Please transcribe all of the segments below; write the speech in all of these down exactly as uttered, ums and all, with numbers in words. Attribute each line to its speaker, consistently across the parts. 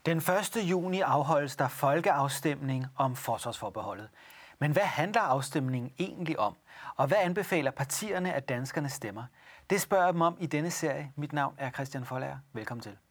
Speaker 1: Den første juni afholdes der folkeafstemning om forsvarsforbeholdet. Men hvad handler afstemningen egentlig om? Og hvad anbefaler partierne, at danskerne stemmer? Det spørger jeg dem om i denne serie. Mit navn er Christian Folager. Velkommen til.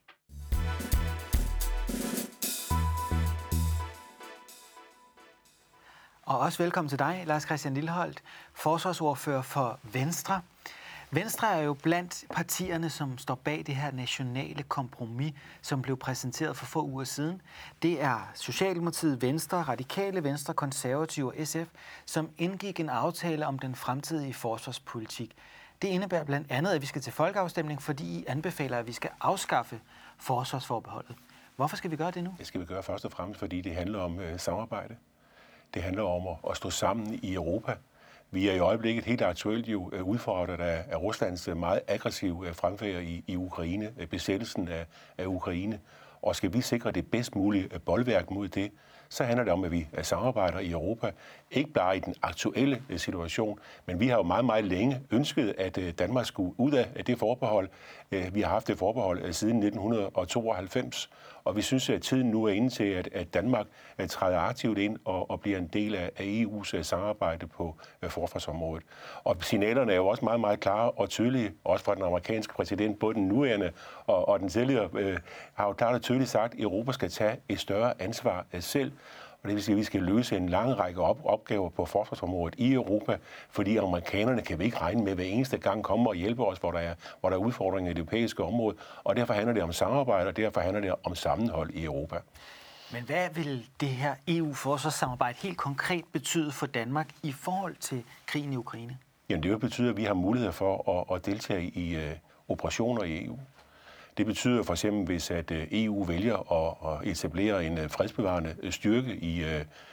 Speaker 1: Og også velkommen til dig, Lars Christian Lilleholt, forsvarsordfører for Venstre. Venstre er jo blandt partierne, som står bag det her nationale kompromis, som blev præsenteret for få uger siden. Det er Socialdemokratiet, Venstre, Radikale Venstre, Konservative og S F, som indgik en aftale om den fremtidige forsvarspolitik. Det indebærer blandt andet, at vi skal til folkeafstemning, fordi I anbefaler, at vi skal afskaffe forsvarsforbeholdet. Hvorfor skal vi gøre det nu?
Speaker 2: Det skal vi gøre først og fremmest, fordi det handler om øh, samarbejde. Det handler om at, at stå sammen i Europa. Vi er i øjeblikket helt aktuelt jo udfordret af, af Ruslands meget aggressive fremfærd i, i Ukraine, besættelsen af, af Ukraine. Og skal vi sikre det bedst mulige boldværk mod det, så handler det om, at vi samarbejder i Europa. Ikke bare i den aktuelle situation, men vi har jo meget, meget længe ønsket, at Danmark skulle ud af det forbehold. Vi har haft det forbehold siden nitten tooghalvfems, og vi synes, at tiden nu er inde til, at Danmark træder aktivt ind og bliver en del af E U's samarbejde på forsvarsområdet. Og signalerne er jo også meget, meget klare og tydelige, også fra den amerikanske præsident, både den nuværende og den tidligere, har jo klart og tydeligt sagt, at Europa skal tage et større ansvar selv. Og det vil sige, at vi skal løse en lang række op- opgaver på forsvarsområdet i Europa, fordi amerikanerne kan vi ikke regne med hver eneste gang komme og hjælpe os, hvor der er, hvor der er udfordringer i det europæiske område. Og derfor handler det om samarbejde, og derfor handler det om sammenhold i Europa.
Speaker 1: Men hvad vil det her E U-forsvarssamarbejde helt konkret betyde for Danmark i forhold til krigen i Ukraine?
Speaker 2: Jamen det vil betyde, at vi har mulighed for at, at deltage i uh, operationer i E U. Det betyder for eksempel, hvis at E U vælger at etablere en fredsbevarende styrke i,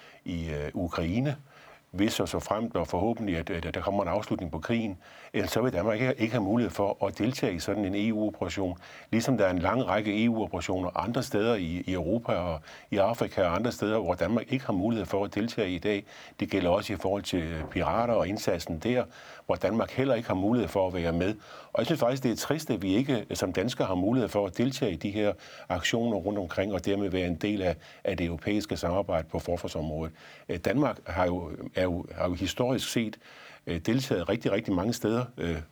Speaker 2: i Ukraine, hvis og så fremt og forhåbentlig, at der kommer en afslutning på krigen, så vil Danmark ikke have mulighed for at deltage i sådan en E U-operation. Ligesom der er en lang række E U-operationer andre steder i Europa og i Afrika og andre steder, hvor Danmark ikke har mulighed for at deltage i dag. Det gælder også i forhold til pirater og indsatsen der, hvor Danmark heller ikke har mulighed for at være med. Og jeg synes faktisk, det er trist, at vi ikke som danskere har mulighed for at deltage i de her aktioner rundt omkring, og dermed være en del af, af det europæiske samarbejde på forsvarsområdet. Danmark har jo, er jo, har jo historisk set deltaget rigtig, rigtig mange steder,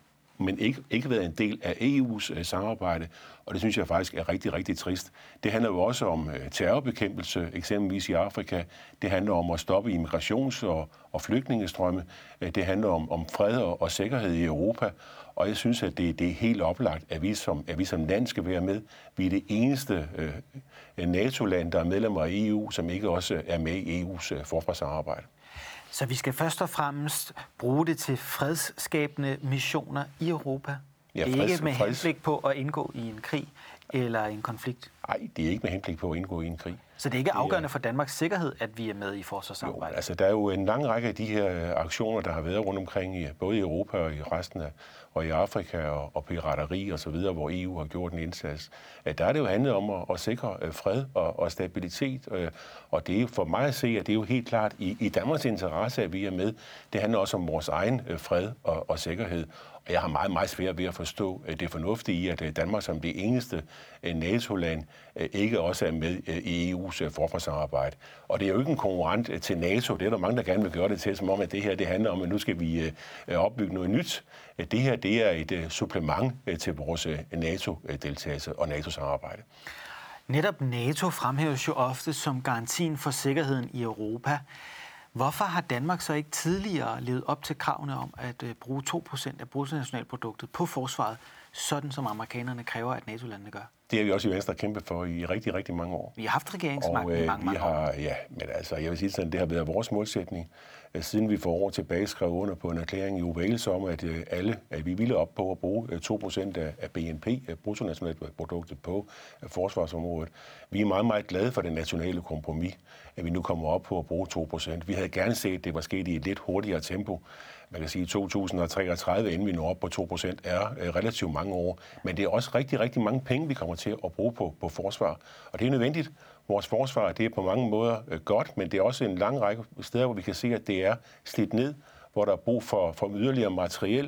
Speaker 2: men ikke, ikke været en del af E U's samarbejde, og det synes jeg faktisk er rigtig, rigtig trist. Det handler jo også om terrorbekæmpelse, eksempelvis i Afrika. Det handler om at stoppe immigrations- og, og flygtningestrømme. Det handler om, om fred og, og sikkerhed i Europa, og jeg synes, at det, det er helt oplagt, at vi, som, at vi som land skal være med. Vi er det eneste øh, NATO-land, der er medlemmer af E U, som ikke også er med i E U's øh, forsvarssamarbejde.
Speaker 1: Så vi skal først og fremmest bruge det til fredsskabende missioner i Europa?
Speaker 2: Ja,
Speaker 1: det er
Speaker 2: freds,
Speaker 1: ikke med
Speaker 2: freds.
Speaker 1: henblik på at indgå i en krig eller en konflikt?
Speaker 2: Nej, det er ikke med henblik på at indgå i en krig.
Speaker 1: Så det er ikke afgørende for Danmarks sikkerhed, at vi er med i forsvarssamarbejdet?
Speaker 2: Jo, altså der er jo en lang række af de her aktioner, der har været rundt omkring, i, både i Europa og i resten af, og i Afrika og, og pirateri og så videre, hvor E U har gjort en indsats. Der er det jo handlet om at, at sikre fred og, og stabilitet, og det er for mig at se, at det er jo helt klart i, i Danmarks interesse, at vi er med. Det handler også om vores egen fred og, og sikkerhed. Og jeg har meget, meget svært ved at forstå det fornuftige i, at Danmark som det eneste NATO-land ikke også er med i E U's forsvarssamarbejde. Og det er jo ikke en konkurrent til NATO. Det er der mange, der gerne vil gøre det til, som om, at det her det handler om, at nu skal vi opbygge noget nyt. Det her det er et supplement til vores NATO-deltagelse og NATO-samarbejde.
Speaker 1: Netop NATO fremhæves jo ofte som garantien for sikkerheden i Europa. Hvorfor har Danmark så ikke tidligere levet op til kravene om at bruge to procent af bruttonationalproduktet på forsvaret, sådan som amerikanerne kræver, at NATO-landene gør?
Speaker 2: Det har vi også i Venstre kæmpet for i rigtig, rigtig mange år.
Speaker 1: Vi har haft regeringsmagten
Speaker 2: og, øh,
Speaker 1: i mange, mange
Speaker 2: vi har,
Speaker 1: år.
Speaker 2: Ja, men altså, jeg vil sige sådan, det har været vores målsætning, siden vi for år tilbage skrev under på en erklæring i Wales om, at øh, alle, at vi ville op på at bruge to procent af, af B N P, af bruttonationalproduktet på af forsvarsområdet. Vi er meget, meget glade for det nationale kompromis, at vi nu kommer op på at bruge to procent. Vi havde gerne set, at det var sket i et lidt hurtigere tempo. Man kan sige, at to tusind treogtredive, inden vi når op på to procent, er øh, relativt mange år. Men det er også rigtig, rigtig mange penge, vi kommer til at bruge på, på forsvar. Og det er nødvendigt. Vores forsvar, det er på mange måder øh, godt, men det er også en lang række steder, hvor vi kan se, at det er slidt ned, hvor der er brug for, for yderligere materiel,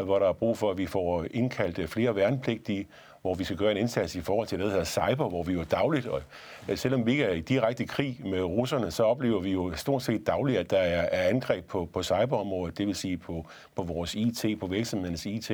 Speaker 2: hvor der er brug for, at vi får indkaldt flere værnepligtige, hvor vi skal gøre en indsats i forhold til det, der hedder cyber, hvor vi jo dagligt, og selvom vi ikke er i direkte krig med russerne, så oplever vi jo stort set dagligt, at der er angreb på, på cyberområdet, det vil sige på, på vores I T, på virksomhedens I T,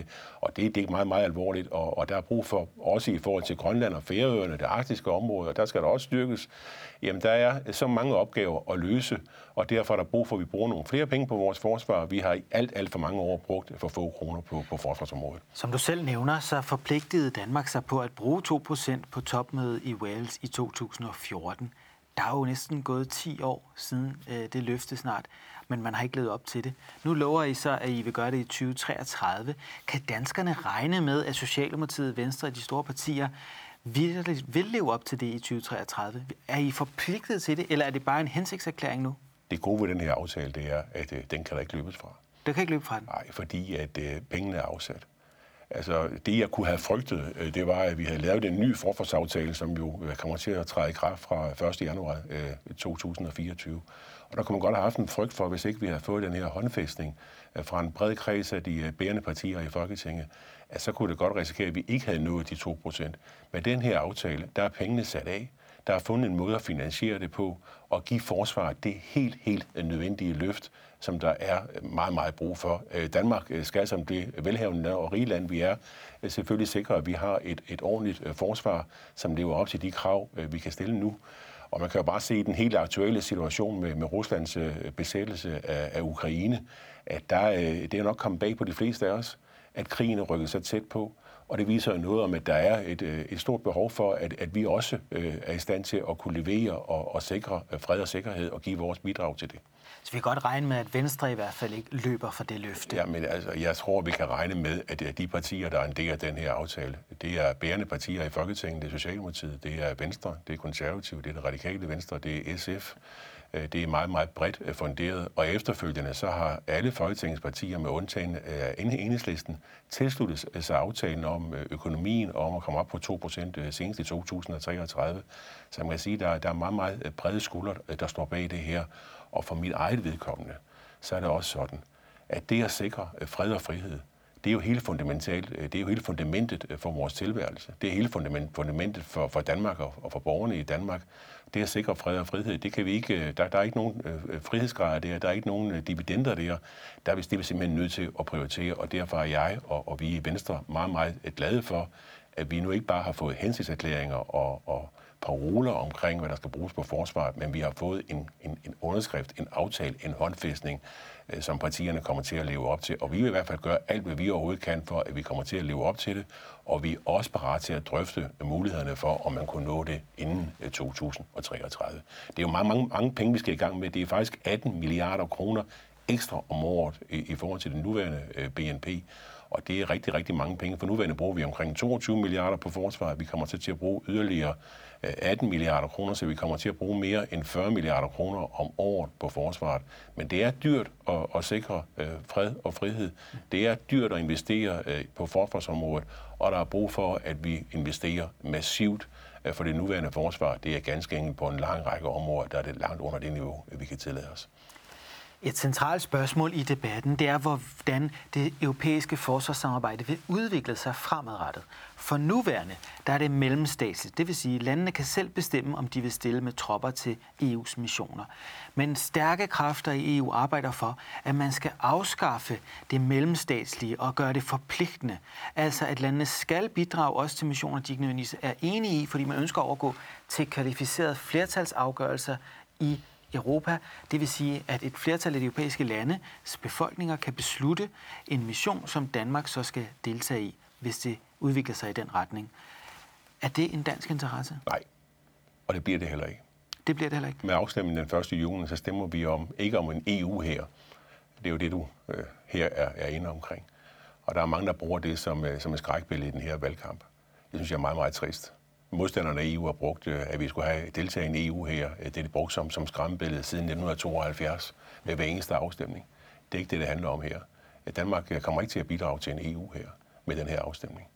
Speaker 2: og det, det er meget, meget alvorligt, og, og der er brug for, også i forhold til Grønland og Færøerne, det arktiske område, og der skal der også styrkes. Jamen, der er så mange opgaver at løse, og derfor er der brug for, at vi bruger nogle flere penge på vores forsvar. Vi har i alt, alt for mange år brugt for få kroner på, på forsvarsområdet.
Speaker 1: Som du selv nævner, så forpligtede Danmark sig på at bruge to procent på topmødet i Wales i to tusind og fjorten. Der er jo næsten gået ti år siden øh, det løfte snart, men man har ikke levet op til det. Nu lover I så, at I vil gøre det i tyve treogtredive. Kan danskerne regne med, at Socialdemokratiet, Venstre og de store partier vil, vil leve op til det i tyve treogtredive? Er I forpligtet til det, eller er det bare en hensigtserklæring nu?
Speaker 2: Det gode ved den her aftale, det er, at øh, den kan der ikke løbes fra.
Speaker 1: Det kan ikke løbe fra den?
Speaker 2: Nej, fordi at øh, pengene er afsat. Altså, det jeg kunne have frygtet, øh, det var, at vi havde lavet en ny forsvarsaftale, som jo øh, kommer til at træde i kraft fra første januar øh, to tusind og fireogtyve. Og der kunne man godt have haft en frygt for, hvis ikke vi havde fået den her håndfæstning øh, fra en bred kreds af de øh, bærende partier i Folketinget, at så kunne det godt risikere, at vi ikke havde nået de to procent. Med den her aftale, der er pengene sat af. Der er fundet en måde at finansiere det på, og give forsvaret det helt, helt nødvendige løft, som der er meget, meget brug for. Danmark skal som det velhavende og rige land, vi er, selvfølgelig sikre, at vi har et, et ordentligt forsvar, som lever op til de krav, vi kan stille nu. Og man kan jo bare se i den helt aktuelle situation med, med Ruslands besættelse af, af Ukraine, at der, det er nok kommet bag på de fleste af os, at krigen er rykket så tæt på. Og det viser noget om, at der er et, et stort behov for, at, at vi også øh, er i stand til at kunne levere og, og sikre fred og sikkerhed og give vores bidrag til det.
Speaker 1: Så vi kan godt regne med, at Venstre i hvert fald ikke løber for det løfte.
Speaker 2: Ja, men altså, jeg tror, vi kan regne med, at de partier, der er en del af den her aftale, det er bærende partier i Folketinget, det er Socialdemokratiet, det er Venstre, det er Konservative, det er det radikale Venstre, det er S F. Det er meget, meget bredt funderet, og efterfølgende så har alle Folketingets partier med undtagen af Enhedslisten tilsluttet sig aftalen om økonomien og om at komme op på to procent senest i to tusind og treogtredive. Så man kan sige, at der, der er meget, meget brede skuldre, der står bag det her. Og for mit eget vedkommende, så er det også sådan, at det at sikre fred og frihed, det er jo hele fundamentalt, det er jo hele fundamentet for vores tilværelse. Det er hele fundament, fundamentet for, for Danmark og, og for borgerne i Danmark. Det at sikre fred og frihed, det kan vi ikke, der, der er ikke nogen øh, frihedsgrader der, der er ikke nogen øh, dividender der. Der er vi, det er vi simpelthen nødt til at prioritere, og derfor er jeg og, og vi i Venstre meget, meget glade for, at vi nu ikke bare har fået hensigtserklæringer og, og paroler omkring, hvad der skal bruges på forsvaret, men vi har fået en, en, en underskrift, en aftale, en håndfæstning, øh, som partierne kommer til at leve op til. Og vi vil i hvert fald gøre alt, hvad vi overhovedet kan for, at vi kommer til at leve op til det. Og vi er også parat til at drøfte mulighederne for, om man kunne nå det inden øh, to tusind og treogtredive. Det er jo mange, mange, mange penge, vi skal i gang med. Det er faktisk atten milliarder kroner ekstra om året i, i forhold til den nuværende øh, B N P. Og det er rigtig, rigtig mange penge. For nuværende bruger vi omkring toogtyve milliarder på forsvaret. Vi kommer til at bruge yderligere atten milliarder kroner, så vi kommer til at bruge mere end fyrre milliarder kroner om året på forsvaret. Men det er dyrt at, at sikre øh, fred og frihed. Det er dyrt at investere øh, på forsvarsområdet, og der er brug for, at vi investerer massivt øh, for det nuværende forsvar. Det er ganske enkelt på en lang række områder, der er det langt under det niveau, vi kan tillade os.
Speaker 1: Et centralt spørgsmål i debatten, det er, hvordan det europæiske forsvarssamarbejde vil udvikle sig fremadrettet. For nuværende, der er det mellemstatsligt. Det vil sige, at landene kan selv bestemme, om de vil stille med tropper til E U's missioner. Men stærke kræfter i E U arbejder for, at man skal afskaffe det mellemstatslige og gøre det forpligtende. Altså, at landene skal bidrage også til missioner, de ikke nødvendigvis er enige i, fordi man ønsker at overgå til kvalificerede flertalsafgørelser i Europa. Det vil sige, at et flertal af de europæiske landes befolkninger kan beslutte en mission, som Danmark så skal deltage i, hvis det udvikler sig i den retning. Er det en dansk interesse?
Speaker 2: Nej, og det bliver det heller ikke.
Speaker 1: Det bliver det heller ikke.
Speaker 2: Med afstemningen den første juni, så stemmer vi om, ikke om en E U her. Det er jo det, du øh, her er, er inde omkring. Og der er mange, der bruger det som, øh, som et skrækbillede i den her valgkamp. Det synes jeg er meget, meget trist. Modstanderne af E U har brugt, at vi skulle have deltaget i en E U her. Det er det brugt som, som skræmmebillede siden nitten tooghalvfjerds ved hver eneste afstemning. Det er ikke det, det handler om her. Danmark kommer ikke til at bidrage til en E U her med den her afstemning.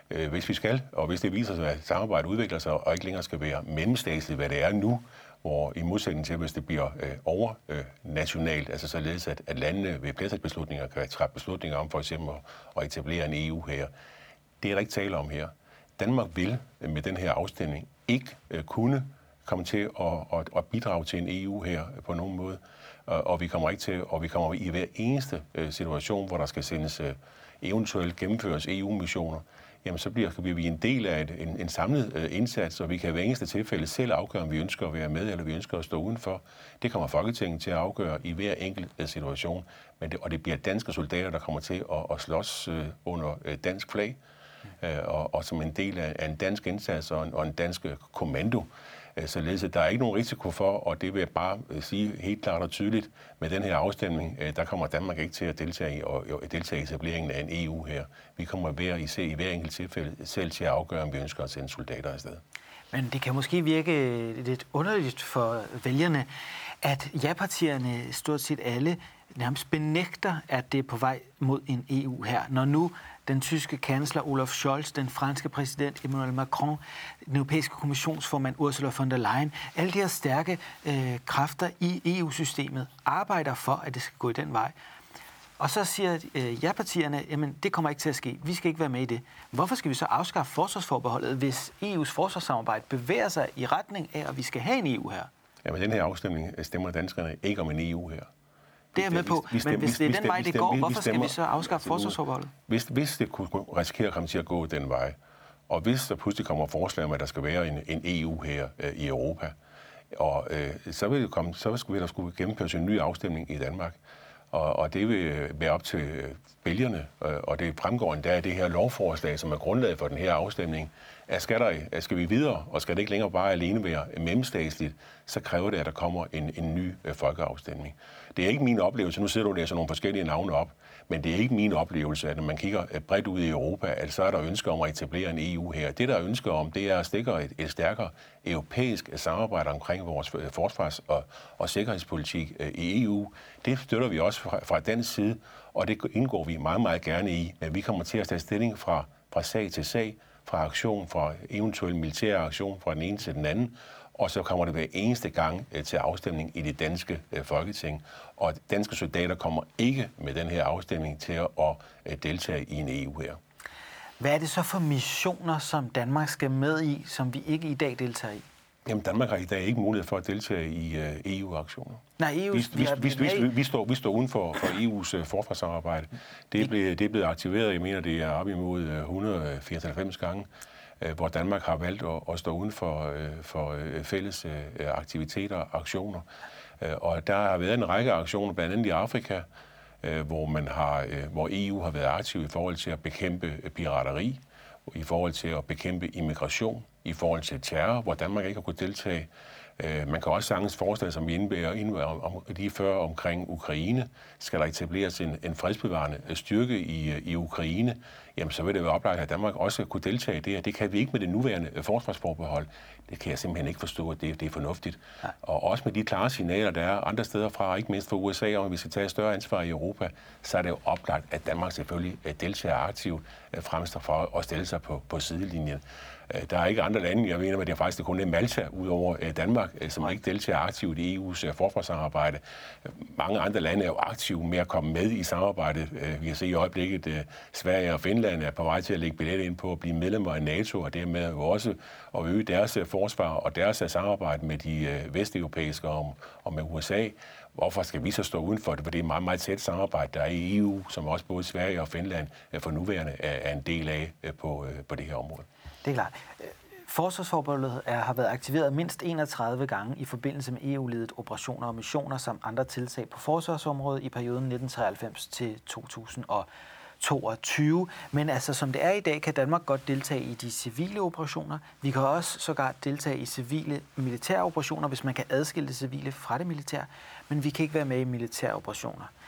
Speaker 2: øh, hvis vi skal, og hvis det viser sig, at samarbejdet udvikler sig og ikke længere skal være mellemstatsligt, hvad det er nu, hvor i modsætning til, hvis det bliver øh, overnationalt, øh, altså således, at, at landene ved flertalsbeslutninger kan træffe beslutninger om for eksempel at, at etablere en E U her. Det er der ikke tale om her. Danmark vil øh, med den her afstemning ikke øh, kunne komme til at, at, at bidrage til en E U her på nogen måde, og, og vi kommer ikke til, og vi kommer i hver eneste øh, situation, hvor der skal sendes øh, eventuelt gennemføres E U-missioner, jamen så bliver, bliver vi en del af et, en, en samlet øh, indsats, og vi kan i hver eneste tilfælde selv afgøre, om vi ønsker at være med, eller vi ønsker at stå udenfor. Det kommer Folketinget til at afgøre i hver enkelt øh, situation, men det, og det bliver danske soldater, der kommer til at, at slås øh, under øh, dansk flag, øh, og, og som en del af, af en dansk indsats og en, og en dansk kommando. Således at der er ikke nogen risiko for, og det vil jeg bare sige helt klart og tydeligt, med den her afstemning, der kommer Danmark ikke til at deltage i, og deltage i etableringen af en E U her. Vi kommer hver i, i hver enkelt tilfælde selv til at afgøre, om vi ønsker at sende soldater afsted.
Speaker 1: Men det kan måske virke lidt underligt for vælgerne, at ja-partierne stort set alle nærmest benægter, at det er på vej mod en E U her, når nu den tyske kansler Olaf Scholz, den franske præsident Emmanuel Macron, den europæiske kommissionsformand Ursula von der Leyen, alle de her stærke øh, kræfter i E U-systemet arbejder for, at det skal gå i den vej. Og så siger øh, ja-partierne, jamen det kommer ikke til at ske, vi skal ikke være med i det. Hvorfor skal vi så afskaffe forsvarsforbeholdet, hvis E U's forsvarssamarbejde bevæger sig i retning af, at vi skal have en E U her?
Speaker 2: Ja, men den her afstemning stemmer danskerne ikke om en E U her.
Speaker 1: Det er jeg med på, vi, vi stemmer, men hvis det er den vej, det går, vi, hvorfor stemmer, skal vi så afskaffe forsvarsforbeholdet?
Speaker 2: Hvis, hvis det kunne risikere at komme til at gå den vej, og hvis der pludselig kommer forslag om, at der skal være en, en E U her øh, i Europa, og øh, så vil det komme, så skulle der skulle gennemføres en ny afstemning i Danmark, og, og det vil være op til vælgerne, øh, og det fremgår endda af det her lovforslag, som er grundlaget for den her afstemning, at skal, der, skal vi videre, og skal det ikke længere bare alene være mellemstatsligt, så kræver det, at der kommer en, en ny øh, folkeafstemning. Det er ikke min oplevelse, nu sidder du og læser nogle forskellige navne op, men det er ikke min oplevelse, at når man kigger bredt ud i Europa, at så er der ønsker om at etablere en E U her. Det, der er ønsker om, det er at stikke et, et stærkere europæisk samarbejde omkring vores forsvars- og, og sikkerhedspolitik i E U. Det støtter vi også fra, fra den side, og det indgår vi meget, meget gerne i. Men vi kommer til at tage stilling fra, fra sag til sag, fra aktion, fra eventuel militær aktion fra den ene til den anden, og så kommer det hver eneste gang øh, til afstemning i det danske øh, Folketing. Og danske soldater kommer ikke med den her afstemning til at øh, deltage i en E U her.
Speaker 1: Hvad er det så for missioner, som Danmark skal med i, som vi ikke i dag deltager i?
Speaker 2: Jamen, Danmark har i dag ikke mulighed for at deltage i øh, E U-aktioner.
Speaker 1: Nej, E U...
Speaker 2: Vi, vi, vi, vi, vi, vi, står, vi står uden for, for E U's øh, forsvarssamarbejde. Det er, blevet, det er blevet aktiveret, jeg mener, det er op imod et hundrede og fireoghalvfems gange, hvor Danmark har valgt at, at stå uden for, for fælles aktiviteter og aktioner. Og der har været en række aktioner, blandt andet i Afrika, hvor, man har, hvor E U har været aktiv i forhold til at bekæmpe pirateri, i forhold til at bekæmpe immigration, i forhold til terror, hvor Danmark ikke har kunnet deltage. Man kan også sagtens forestille, som vi indbærer om, om, lige før omkring Ukraine, skal der etableres en, en fredsbevarende styrke i, i Ukraine, jamen så vil det være oplagt, at Danmark også kunne deltage i det, og det kan vi ikke med det nuværende forsvarsforbehold. Det kan jeg simpelthen ikke forstå, at det, det er fornuftigt. Nej. Og også med de klare signaler, der er andre steder fra, ikke mindst fra U S A, om at vi skal tage større ansvar i Europa, så er det jo oplagt, at Danmark selvfølgelig deltager aktivt fremst for at stille sig på, på sidelinjen. Der er ikke andre lande, jeg mener, at det er faktisk kun Malta ud over Danmark, som ikke deltager aktivt i E U's forsvarssamarbejde. Mange andre lande er jo aktive med at komme med i samarbejdet. Vi kan se i øjeblikket, at Sverige og Finland er på vej til at lægge billet ind på at blive medlemmer af NATO, og dermed jo også at øge deres forsvar og deres samarbejde med de vesteuropæiske og med U S A. Hvorfor skal vi så stå udenfor det? For det er meget, meget tæt samarbejde, der er i E U, som også både Sverige og Finland for nuværende er en del af på, på det her område.
Speaker 1: Det er klart. Forsvarsforbeholdet er, har været aktiveret mindst enogtredive gange i forbindelse med E U-ledet operationer og missioner samt andre tiltag på forsvarsområdet i perioden nitten treoghalvfems til to tusind og toogtyve. Men altså, som det er i dag, kan Danmark godt deltage i de civile operationer. Vi kan også sågar deltage i civile militære operationer, hvis man kan adskille det civile fra det militære. Men vi kan ikke være med i militære operationer.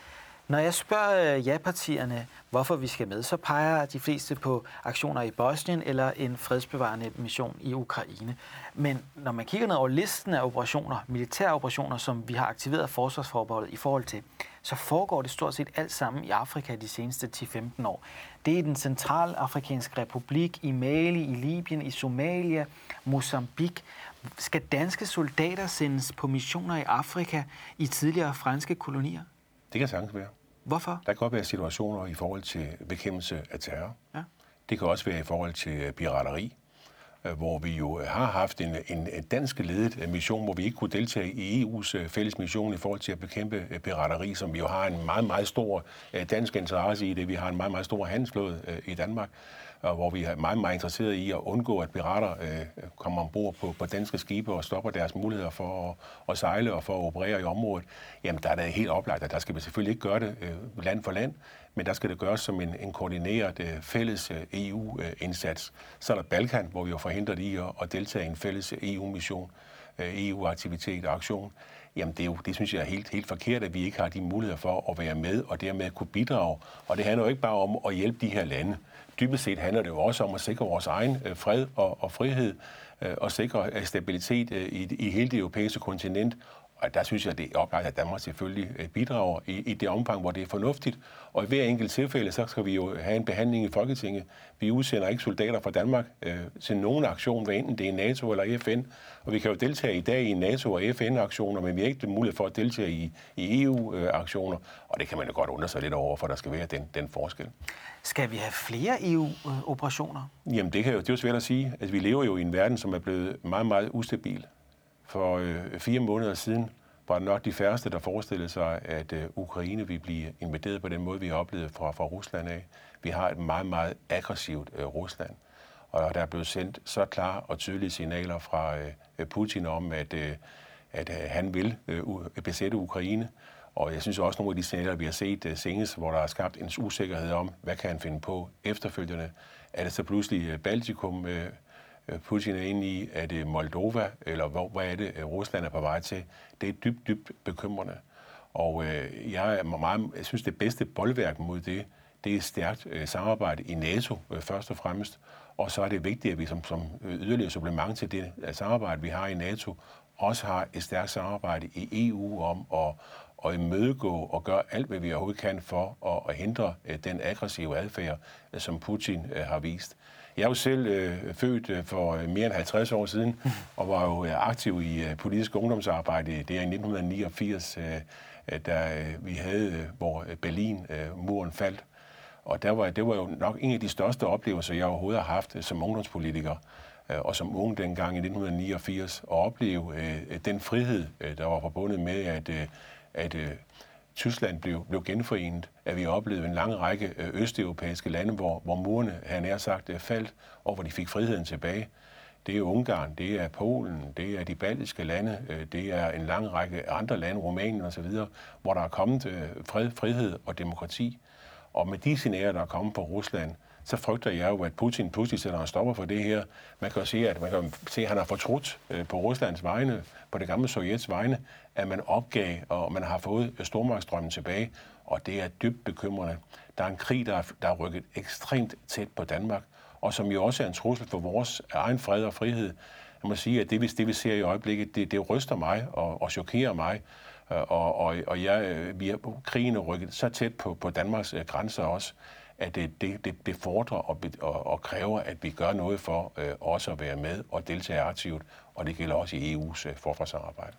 Speaker 1: Når jeg spørger ja-partierne, hvorfor vi skal med, så peger de fleste på aktioner i Bosnien eller en fredsbevarende mission i Ukraine. Men når man kigger ned over listen af operationer, militære operationer, som vi har aktiveret forsvarsforbeholdet i forhold til, så foregår det stort set alt sammen i Afrika de seneste ti til femten år. Det er i den centralafrikanske republik, i Mali, i Libyen, i Somalia, Mozambique. Skal danske soldater sendes på missioner i Afrika i tidligere franske kolonier?
Speaker 2: Det kan sagtens være.
Speaker 1: Hvorfor?
Speaker 2: Der kan godt være situationer i forhold til bekæmpelse af terror.
Speaker 1: Ja.
Speaker 2: Det kan også være i forhold til pirateri, hvor vi jo har haft en, en dansk ledet mission, hvor vi ikke kunne deltage i E U's fælles mission i forhold til at bekæmpe pirateri, som vi jo har en meget, meget stor dansk interesse i det. Vi har en meget, meget stor handelsflåde i Danmark, hvor vi er meget, meget interesseret i at undgå, at pirater øh, kommer ombord på, på danske skibe og stopper deres muligheder for at, at sejle og for at operere i området. Jamen, der er det helt oplagt, at der skal vi selvfølgelig ikke gøre det øh, land for land, men der skal det gøres som en, en koordineret øh, fælles øh, E U-indsats. Så er der Balkan, hvor vi jo forhindret i at, at deltage i en fælles E U-mission, øh, E U-aktivitet og aktion. Jamen, det, er jo, det synes jeg er helt, helt forkert, at vi ikke har de muligheder for at være med og dermed kunne bidrage. Og det handler jo ikke bare om at hjælpe de her lande. Dybest set handler det jo også om at sikre vores egen øh, fred og, og frihed øh, og sikre øh, stabilitet øh, i, i hele det europæiske kontinent. Og der synes jeg, det er oplagt, at Danmark selvfølgelig øh, bidrager i, i det omfang, hvor det er fornuftigt. Og i hver enkelt tilfælde, så skal vi jo have en behandling i Folketinget. Vi udsender ikke soldater fra Danmark øh, til nogen aktion, hvad enten det er NATO eller F N. Og vi kan jo deltage i dag i NATO og F N-aktioner, men vi har ikke mulighed for at deltage i, i E U-aktioner. Og det kan man jo godt undre sig lidt over, for der skal være den, den forskel.
Speaker 1: Skal vi have flere E U-operationer?
Speaker 2: Jamen, det, kan jo, det er jo svært at sige. Altså, vi lever jo i en verden, som er blevet meget, meget ustabil. For øh, fire måneder siden var det nok de færreste, der forestillede sig, at øh, Ukraine ville blive invaderet på den måde, vi har oplevet fra, fra Rusland af. Vi har et meget, meget aggressivt øh, Rusland. Og der er blevet sendt så klare og tydelige signaler fra øh, Putin om, at, øh, at øh, han vil øh, besætte Ukraine. Og jeg synes også, nogle af de signaler, vi har set uh, senest, hvor der er skabt en usikkerhed om, hvad kan han finde på efterfølgende. Er det så pludselig uh, Baltikum, uh, Putin er inde i? Er det Moldova? Eller hvor, hvad er det, uh, Rusland er på vej til? Det er dybt, dybt bekymrende. Og uh, jeg, er meget, jeg synes, det bedste boldværk mod det, det er stærkt uh, samarbejde i NATO uh, først og fremmest. Og så er det vigtigt, at vi som, som yderligere supplement til det uh, samarbejde, vi har i NATO, også har et stærkt samarbejde i E U om at og imødegå og gøre alt, hvad vi overhovedet kan for at, at hindre uh, den aggressive adfærd, uh, som Putin uh, har vist. Jeg er jo selv uh, født uh, for uh, mere end halvtreds år siden, og var jo uh, aktiv i uh, politisk ungdomsarbejde der i nitten niogfirs, uh, uh, da uh, vi havde, uh, hvor Berlin-muren uh, faldt. Og der var, det var jo nok en af de største oplevelser, jeg overhovedet har haft uh, som ungdomspolitiker, uh, og som ung dengang i nitten niogfirs, at opleve uh, den frihed, uh, der var forbundet med, at uh, at øh, Tyskland blev, blev genforenet, at vi oplevede en lang række øh, østeuropæiske lande, hvor, hvor murene, han nær sagt, øh, faldt, og hvor de fik friheden tilbage. Det er Ungarn, det er Polen, det er de baltiske lande, øh, det er en lang række andre lande, Rumænien osv., hvor der er kommet øh, fred, frihed og demokrati. Og med de signaler, der er kommet fra Rusland, så frygter jeg jo, at Putin pludselig sætter en stopper for det her. Man kan jo se, at, man kan se, at han har fortrudt øh, på Ruslands vegne, på det gamle Sovjets vegne, at man opgav, og man har fået stormagtsdrømmen tilbage, og det er dybt bekymrende. Der er en krig, der er, der er rykket ekstremt tæt på Danmark, og som jo også er en trussel for vores egen fred og frihed. Jeg må sige, at det, det vi ser i øjeblikket, det, det ryster mig og, og chokerer mig, og, og, og jeg, vi er, krigen er rykket så tæt på, på Danmarks grænser også, at det, det, det fordrer og, og, og kræver, at vi gør noget for øh, også at være med og deltage aktivt, og det gælder også i E U's øh, forsvarssamarbejde.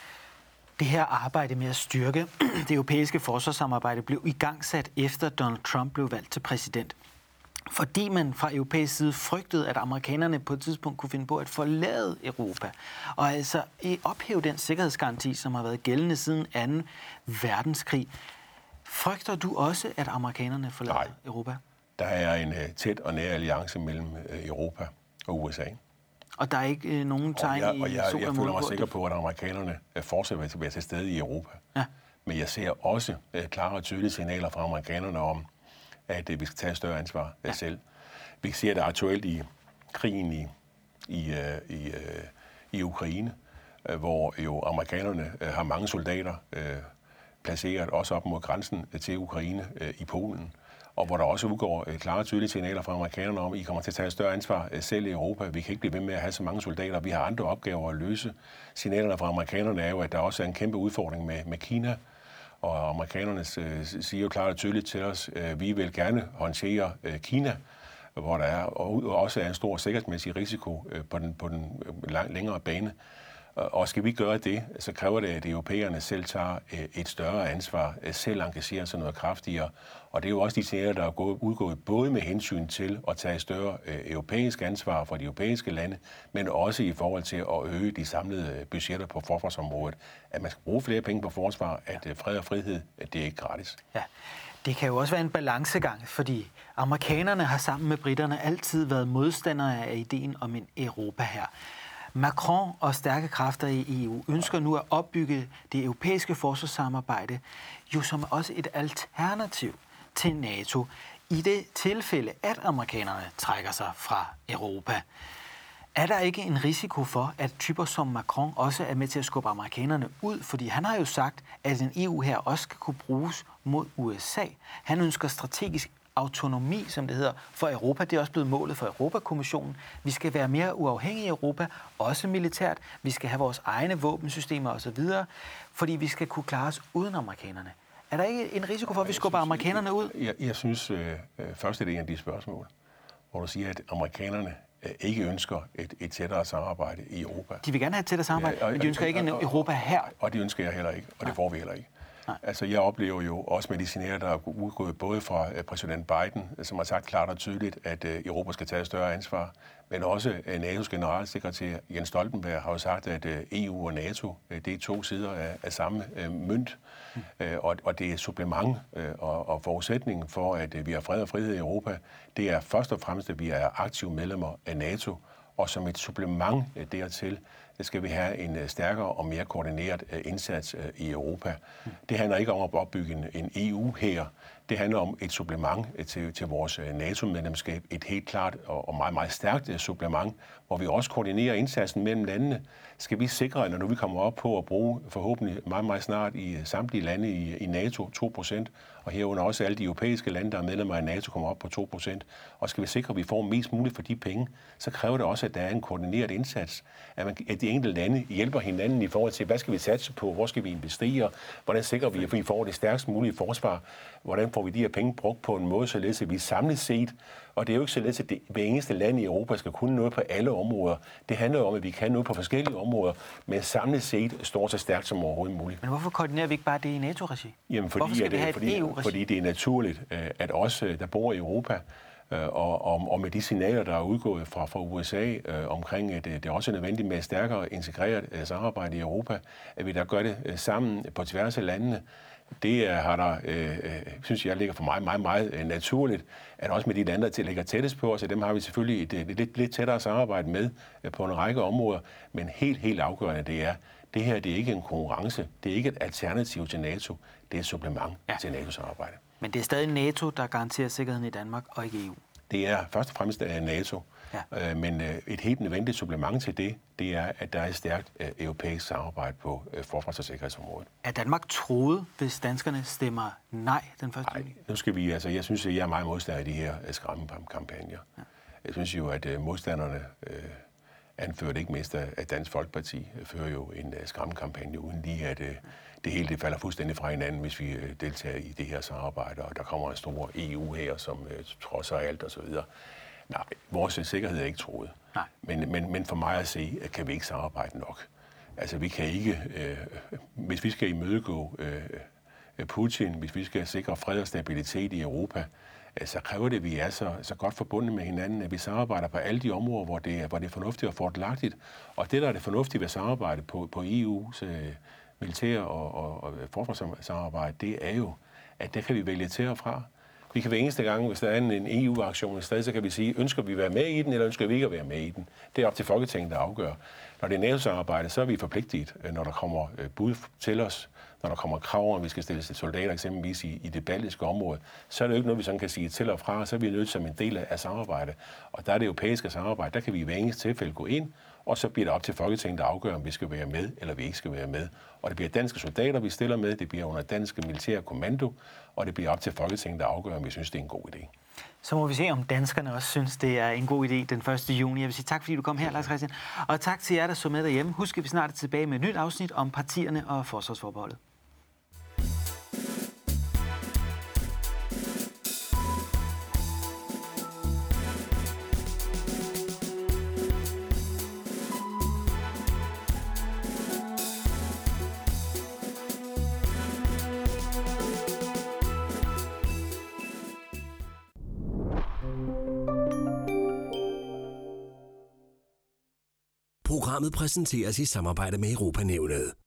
Speaker 1: Det her arbejde med at styrke det europæiske forsvarssamarbejde blev igangsat efter Donald Trump blev valgt til præsident. Fordi man fra europæisk side frygtede, at amerikanerne på et tidspunkt kunne finde på at forlade Europa. Og altså ophæve den sikkerhedsgaranti, som har været gældende siden anden verdenskrig. Frygter du også, at amerikanerne forlader
Speaker 2: Nej.
Speaker 1: Europa?
Speaker 2: Der er en uh, tæt og nær alliance mellem uh, Europa og U S A.
Speaker 1: Og der er ikke uh, nogen tegn
Speaker 2: og jeg,
Speaker 1: i
Speaker 2: og jeg,
Speaker 1: sol
Speaker 2: jeg
Speaker 1: og
Speaker 2: føler mig
Speaker 1: måne
Speaker 2: sikker på, at amerikanerne uh, fortsat vil være til stede i Europa.
Speaker 1: Ja.
Speaker 2: Men jeg ser også uh, klare og tydelige signaler fra amerikanerne om, at uh, vi skal tage større ansvar uh, ja. selv. Vi ser det aktuelt i krigen i, i, uh, i, uh, i Ukraine, uh, hvor jo amerikanerne uh, har mange soldater, uh, placeret også op mod grænsen til Ukraine øh, i Polen, og hvor der også udgår øh, klare og tydelige signaler fra amerikanerne om, at I kommer til at tage et større ansvar øh, selv i Europa. Vi kan ikke blive ved med at have så mange soldater. Vi har andre opgaver at løse. Signalerne fra amerikanerne er jo, at der også er en kæmpe udfordring med, med Kina, og amerikanerne øh, siger jo klart og tydeligt til os, at øh, vi vil gerne håndtere øh, Kina, hvor der er, og også er en stor sikkerhedsmæssig risiko øh, på den, på den lang, længere bane. Og skal vi gøre det, så kræver det, at europæerne selv tager et større ansvar, selv engagerer sig noget kraftigere. Og det er jo også de signaler, der er udgået både med hensyn til at tage et større europæisk ansvar for de europæiske lande, men også i forhold til at øge de samlede budgetter på forsvarsområdet. At man skal bruge flere penge på forsvar, at fred og frihed, at det er ikke gratis.
Speaker 1: Ja. Det kan jo også være en balancegang, fordi amerikanerne har sammen med britterne altid været modstandere af ideen om en Europa her. Macron og stærke kræfter i E U ønsker nu at opbygge det europæiske forsvarssamarbejde, jo som også et alternativ til NATO, i det tilfælde, at amerikanerne trækker sig fra Europa. Er der ikke en risiko for, at typer som Macron også er med til at skubbe amerikanerne ud? Fordi han har jo sagt, at en E U her også skal kunne bruges mod U S A. Han ønsker strategisk autonomi, som det hedder, for Europa. Det er også blevet målet for Europakommissionen. Vi skal være mere uafhængige i Europa, også militært. Vi skal have vores egne våbensystemer osv., fordi vi skal kunne klare os uden amerikanerne. Er der ikke en risiko for, at vi skubber amerikanerne ud?
Speaker 2: Jeg, jeg synes, øh, først er det en af de spørgsmål, hvor du siger, at amerikanerne øh, ikke ønsker et, et tættere samarbejde i Europa.
Speaker 1: De vil gerne have et tættere samarbejde, ja, og, men de ønsker ikke en Europa her.
Speaker 2: Og det ønsker jeg heller ikke, og det får vi heller ikke. Nej. Altså, jeg oplever jo også med de signaler, der er udgået både fra præsident Biden, som har sagt klart og tydeligt, at Europa skal tage et større ansvar, men også N A T O's generalsekretær Jens Stoltenberg har jo sagt, at E U og NATO, det er to sider af, af samme mønt, mm. og, og det er supplement og, og forudsætningen for, at vi har fred og frihed i Europa. Det er først og fremmest, at vi er aktive medlemmer af NATO, og som et supplement dertil, skal vi have en stærkere og mere koordineret indsats i Europa. Det handler ikke om at opbygge en E U her. Det handler om et supplement til, til vores NATO-medlemskab. Et helt klart og meget, meget stærkt supplement, hvor vi også koordinerer indsatsen mellem landene. Skal vi sikre, at når vi kommer op på at bruge forhåbentlig meget, meget snart i samtlige lande i, i NATO to procent, og herunder også alle de europæiske lande, der er medlemmer af NATO, kommer op på to procent, og skal vi sikre, at vi får mest muligt for de penge, så kræver det også, at der er en koordineret indsats. At, man, at de enkelte lande hjælper hinanden i forhold til, hvad skal vi satse på, hvor skal vi investere, hvordan sikrer vi, at vi får det stærkest mulige forsvar, hvordan får vi de her penge brugt på en måde, således at vi samlet set, og det er jo ikke således, at det, hver eneste land i Europa skal kunne noget på alle områder. Det handler jo om, at vi kan noget på forskellige områder, men samlet set står så stærkt som overhovedet muligt.
Speaker 1: Men hvorfor koordinerer vi ikke bare det i NATO-regi?
Speaker 2: Jamen, fordi, at, det fordi, fordi det er naturligt, at os, der bor i Europa, og, og, og med de signaler, der er udgået fra, fra U S A øh, omkring, at det er også nødvendigt med et stærkere integreret øh, samarbejde i Europa, at vi der gør det øh, sammen på tværs af landene. Det er, har der, øh, synes jeg, ligger for mig meget, meget øh, naturligt, at også med de lande, der ligger tættest på os, at dem har vi selvfølgelig et, et lidt, lidt tættere samarbejde med øh, på en række områder, men helt, helt afgørende det er, det her det er ikke en konkurrence, det er ikke et alternativ til NATO, det er et supplement ja. til NATO-samarbejde.
Speaker 1: Men det er stadig NATO, der garanterer sikkerheden i Danmark, og ikke E U?
Speaker 2: Det er først og fremmest NATO, ja. øh, men øh, et helt nødvendigt supplement til det, det er, at der er et stærkt øh, europæisk samarbejde på øh, forsvars- og sikkerhedsområdet.
Speaker 1: Er Danmark truet, hvis danskerne stemmer nej den første juni?
Speaker 2: Nej, nu skal vi, altså jeg synes, at jeg er meget modstander af de her skræmmekampagner. Ja. Jeg synes jo, at øh, modstanderne, øh, anført ikke mindst af Dansk Folkeparti, fører jo en øh, skræmmekampagne, uden lige at øh, det hele det falder fuldstændig fra hinanden, hvis vi øh, deltager i det her samarbejde, og der kommer en stor E U her, som øh, trodser alt og så videre. Nej, vores sikkerhed er ikke truet. Nej. Men, men, men for mig at se, at kan vi ikke samarbejde nok. Altså vi kan ikke, øh, hvis vi skal imødegå øh, Putin, hvis vi skal sikre fred og stabilitet i Europa, øh, så kræver det, at vi er så, så godt forbundet med hinanden, at vi samarbejder på alle de områder, hvor det er, hvor det er fornuftigt og fordelagtigt. Og det, der er det fornuftige ved samarbejde på, på E U's øh, militær- og, og, og forsvarssamarbejde, det er jo, at der kan vi vælge til og fra. Vi kan hver eneste gang, hvis der er en, en E U-aktion et sted, så kan vi sige, ønsker vi at være med i den, eller ønsker vi ikke at være med i den. Det er op til Folketinget, der afgør. Når det er NATO-samarbejde, så er vi forpligtet, når der kommer bud til os, når der kommer krav om, at vi skal stille til soldater eksempelvis i, i det baltiske område, så er det jo ikke noget, vi sådan kan sige til og fra, så er vi nødt som en del af, af samarbejdet. Og der er det europæiske samarbejde, der kan vi i hver eneste tilfælde gå ind, og så bliver det op til Folketinget at afgøre, om vi skal være med, eller vi ikke skal være med. Og det bliver danske soldater, vi stiller med, det bliver under danske militære kommando, og det bliver op til Folketinget at afgøre, om vi synes, det er en god idé.
Speaker 1: Så må vi se, om danskerne også synes, det er en god idé den første juni. Jeg vil sige tak, fordi du kom her, Lars Christian. Og tak til jer, der så med derhjemme. Husk, at vi snart er tilbage med et nyt afsnit om partierne og forsvarsforbeholdet.
Speaker 3: Programmet præsenteres i samarbejde med Europanævnet.